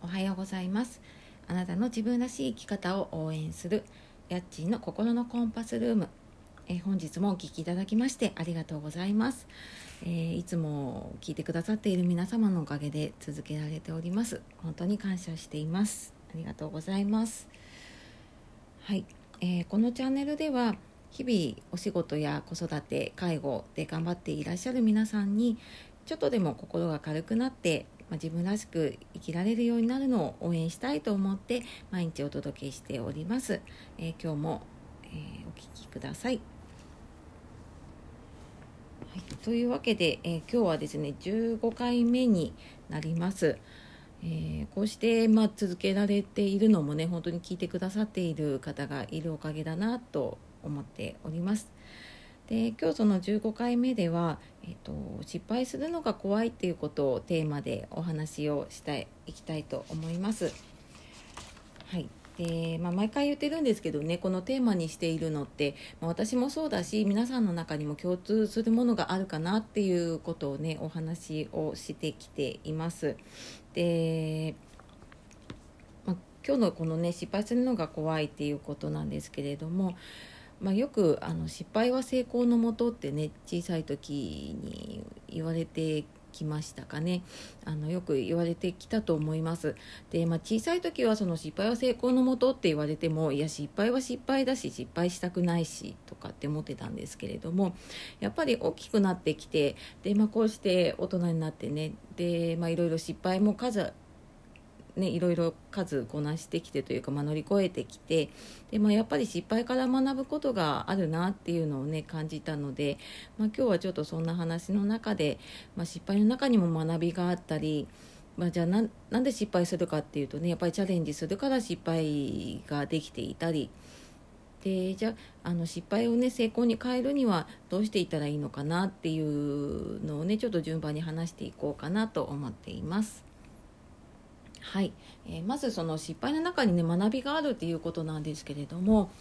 はようございます。あなたの自分らしい生き方を応援するやっちーの心のコンパスルーム。本日もお聞きいただきましてありがとうございます。いつも聞いてくださっている皆様のおかげで続けられております。本当に感謝しています。ありがとうございます。はい、このチャンネルでは日々お仕事や子育て、介護で頑張っていらっしゃる皆さんにちょっとでも心が軽くなって自分らしく生きられるようになるのを応援したいと思って毎日お届けしております。今日も、お聞きください。はい、というわけで、今日はですね15回目になります。こうして、続けられているのもね本当に聞いてくださっている方がいるおかげだなと思っております。で今日その15回目では、失敗するのが怖いっていうことをテーマでお話をしていきたいと思います。はい。で毎回言ってるんですけどね、このテーマにしているのって、私もそうだし皆さんの中にも共通するものがあるかなっていうことをねお話をしてきています。で、今日のこのね失敗するのが怖いっていうことなんですけれども、よく失敗は成功のもとってね小さい時に言われてきましたかね。よく言われてきたと思います。で、小さい時はその失敗は成功のもとって言われても、いや失敗は失敗だし失敗したくないしとかって思ってたんですけれども、やっぱり大きくなってきて、で、こうして大人になってね、で、いろいろ失敗もいろいろ数こなしてきてというか、乗り越えてきて、で、やっぱり失敗から学ぶことがあるなっていうのをね感じたので、今日はちょっとそんな話の中で、失敗の中にも学びがあったり、じゃあなんで失敗するかっていうとね、やっぱりチャレンジするから失敗ができていたりで、じゃあ失敗をね成功に変えるにはどうしていったらいいのかなっていうのをねちょっと順番に話していこうかなと思っています。はい、まずその失敗の中にね学びがあるっていうことなんですけれども、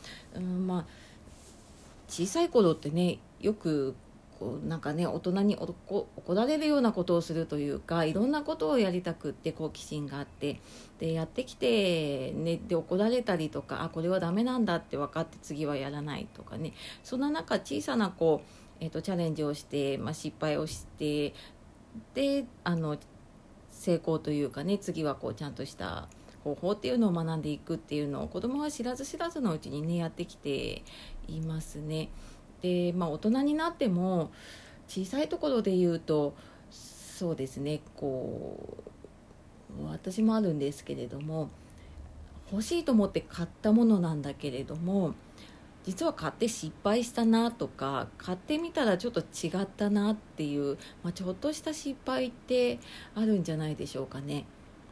小さい頃ってねよく大人に怒られるようなことをするというか、いろんなことをやりたくって好奇心があって、でやってきて、ね、で怒られたりとか、これはダメなんだって分かって次はやらないとかね、そんな中小さなチャレンジをして、失敗をして、で成功というかね、次はちゃんとした方法っていうのを学んでいくっていうのを子供は知らず知らずのうちにねやってきていますね。で、大人になっても小さいところで言うとそうですね、私もあるんですけれども、欲しいと思って買ったものなんだけれども、実は買って失敗したなとか、買ってみたらちょっと違ったなっていう、ちょっとした失敗ってあるんじゃないでしょうかね。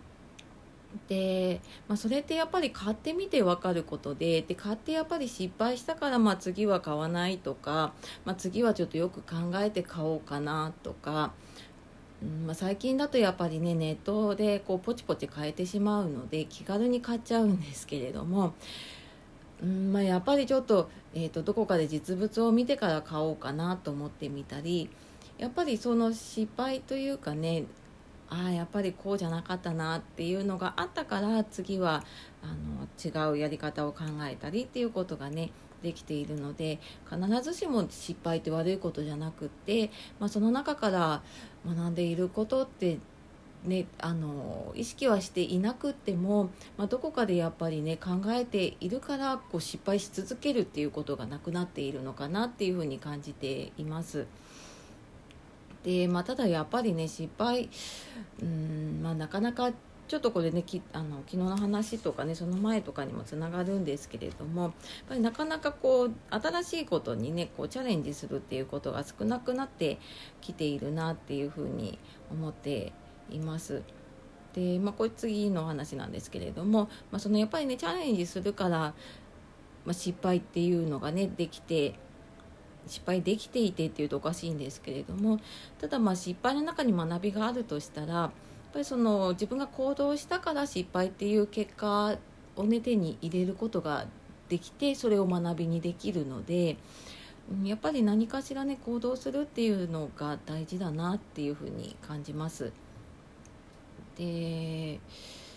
で、それってやっぱり買ってみて分かることで、買ってやっぱり失敗したから、次は買わないとか、次はちょっとよく考えて買おうかなとか、最近だとやっぱりねネットでポチポチ買えてしまうので気軽に買っちゃうんですけれども、やっぱりちょっと、どこかで実物を見てから買おうかなと思ってみたり、やっぱりその失敗というかね、やっぱりこうじゃなかったなっていうのがあったから、次は違うやり方を考えたりっていうことがねできているので、必ずしも失敗って悪いことじゃなくって、その中から学んでいることってね、意識はしていなくっても、どこかでやっぱりね考えているから失敗し続けるっていうことがなくなっているのかなっていうふうに感じています。で、ただやっぱりね失敗なかなかちょっとこれね昨日の話とかねその前とかにもつながるんですけれども、やっぱりなかなか新しいことにねチャレンジするっていうことが少なくなってきているなっていうふうに思っています。で、これ次の話なんですけれども、そのやっぱりねチャレンジするから、失敗っていうのがね失敗できていてっていうとおかしいんですけれども、ただ失敗の中に学びがあるとしたら、やっぱりその自分が行動したから失敗っていう結果をね手に入れることができて、それを学びにできるので、やっぱり何かしらね行動するっていうのが大事だなっていうふうに感じます。で、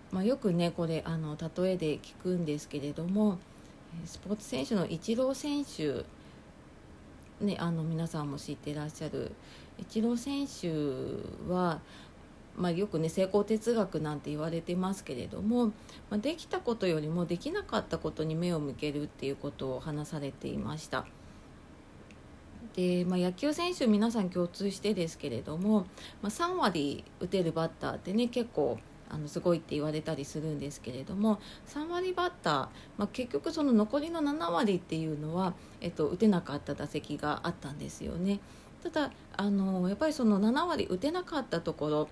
よくねこれ例えで聞くんですけれども、スポーツ選手のイチロー選手、ね、皆さんも知っていらっしゃるイチロー選手は、よくね成功哲学なんて言われてますけれども、できたことよりもできなかったことに目を向けるっていうことを話されていました。で、野球選手皆さん共通してですけれども、3割打てるバッターってね結構すごいって言われたりするんですけれども、3割バッター、結局その残りの7割っていうのは、打てなかった打席があったんですよね。ただやっぱりその7割打てなかったところ、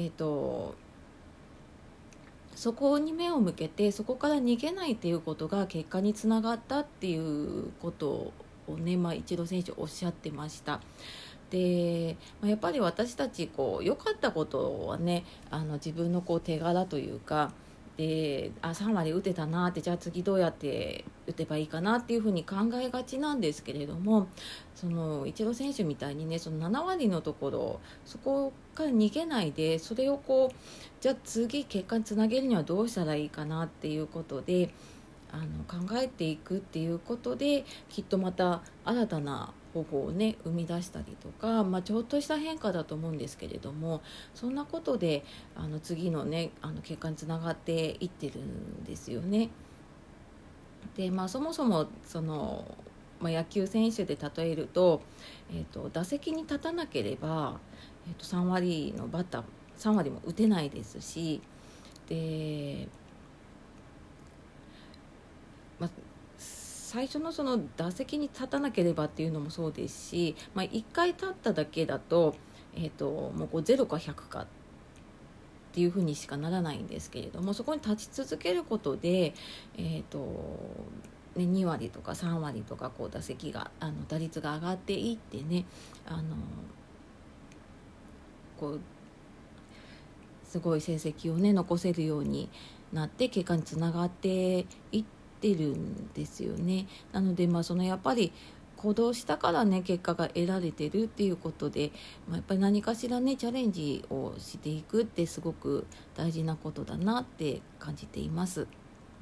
そこに目を向けてそこから逃げないっていうことが結果につながったっていうことをね、イチロー選手おっしゃってました。で、やっぱり私たち良かったことはね自分の手柄というかで、3割打てたなって、じゃあ次どうやって打てばいいかなっていうふうに考えがちなんですけれども、そのイチロー選手みたいにねその7割のところそこから逃げないで、それをじゃあ次結果につなげるにはどうしたらいいかなっていうことで考えていくっていうことで、きっとまた新たな方法をね生み出したりとか、ちょっとした変化だと思うんですけれども、そんなことで次のね結果につながっていってるんですよね。で、そもそもその、野球選手で例えると、打席に立たなければ、3割のバッター3割も打てないですし、で最初のその打席に立たなければっていうのもそうですし、1回立っただけだと、もう0か100かっていうふうにしかならないんですけれども、そこに立ち続けることで、2割とか3割とか打席が打率が上がっていってね、すごい成績をね残せるようになって結果につながっていってるんですよね。なのでそのやっぱり行動したからね結果が得られてるっていうことで、やっぱり何かしらねチャレンジをしていくってすごく大事なことだなって感じています。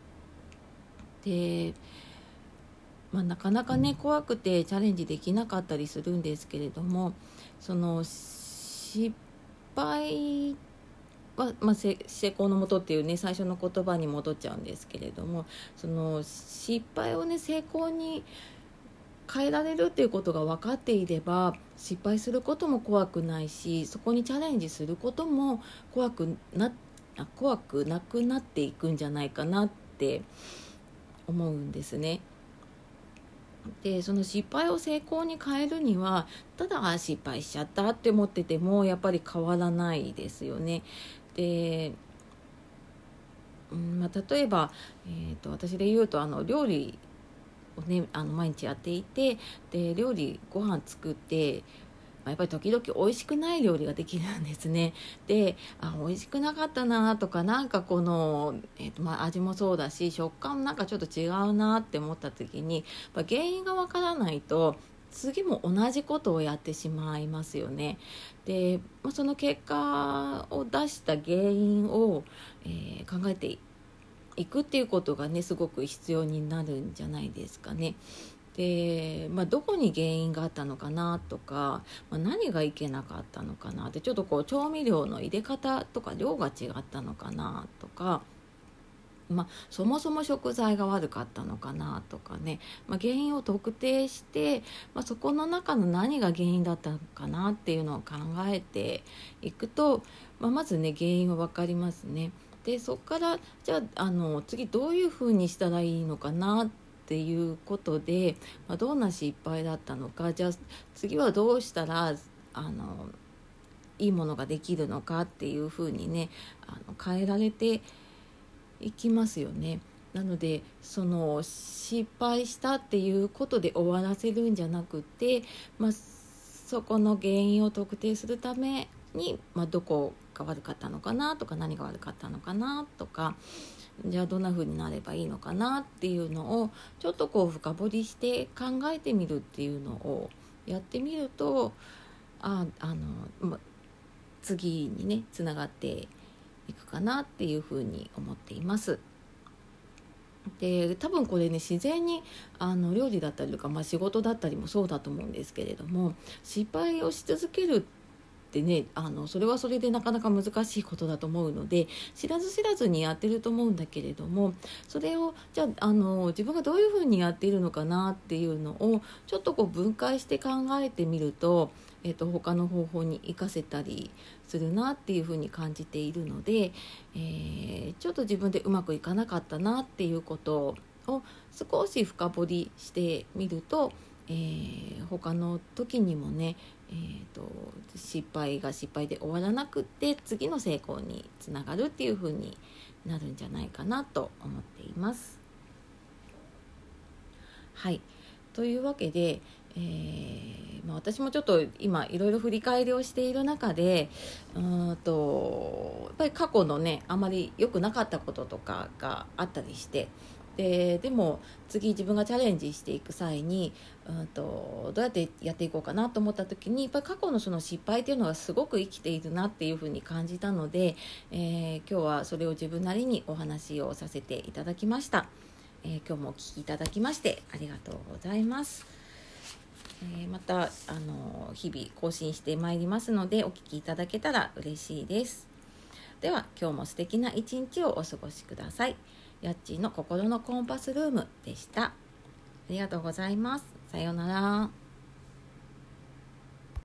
で、なかなかね怖くてチャレンジできなかったりするんですけれども、その失敗は、成功のもとっていうね最初の言葉に戻っちゃうんですけれども、その失敗をね成功に変えられるっていうことが分かっていれば、失敗することも怖くないし、そこにチャレンジすることも怖くなくなっていくんじゃないかなって思うんですね。で、その失敗を成功に変えるには、ただ失敗しちゃったって思っててもやっぱり変わらないですよね。で、例えば、私で言うと料理をね毎日やっていて、でご飯作って、やっぱり時々美味しくない料理ができるんですね。で、美味しくなかったなとか、なんか味もそうだし食感なんかちょっと違うなって思った時に、原因がわからないと次も同じことをやってしまいますよね。で、その結果を出した原因を、考えていくっていうことがねすごく必要になるんじゃないですかね。で、どこに原因があったのかなとか、何がいけなかったのかなって、ちょっと調味料の入れ方とか量が違ったのかなとか、そもそも食材が悪かったのかなとかね、原因を特定して、そこの中の何が原因だったのかなっていうのを考えていくと、まずね原因は分かりますね。で、そこからじゃあ次どういうふうにしたらいいのかなっていうことで、どんな失敗だったのか、じゃあ次はどうしたらいいものができるのかっていうふうにね変えられていきますよね。なのでその失敗したっていうことで終わらせるんじゃなくて、そこの原因を特定するために、どこが悪かったのかなとか、何が悪かったのかなとか、じゃあどんな風になればいいのかなっていうのをちょっと深掘りして考えてみるっていうのをやってみると、次にねつながっていくかなっていうふうに思っています。で多分これね、自然に料理だったりとか、仕事だったりもそうだと思うんですけれども、失敗をし続けるってね、それはそれでなかなか難しいことだと思うので、知らず知らずにやってると思うんだけれども、それをじゃあ、自分がどういうふうにやっているのかなっていうのをちょっと分解して考えてみると、他の方法に活かせたりするなっていうふうに感じているので、ちょっと自分でうまくいかなかったなっていうことを少し深掘りしてみると、他の時にもね、失敗が失敗で終わらなくって次の成功につながるっていう風になるんじゃないかなと思っています。はい、というわけで、私もちょっと今いろいろ振り返りをしている中で、やっぱり過去のね、あまり良くなかったこととかがあったりして、でも次自分がチャレンジしていく際に、どうやってやっていこうかなと思った時に、やっぱり過去のその失敗っていうのがすごく生きているなっていうふうに感じたので、今日はそれを自分なりにお話をさせていただきました。今日もお聞きいただきましてありがとうございます。また日々更新してまいりますので、お聞きいただけたら嬉しいです。では今日も素敵な一日をお過ごしください。やっちーの心のコンパスルームでした。ありがとうございます。さようなら。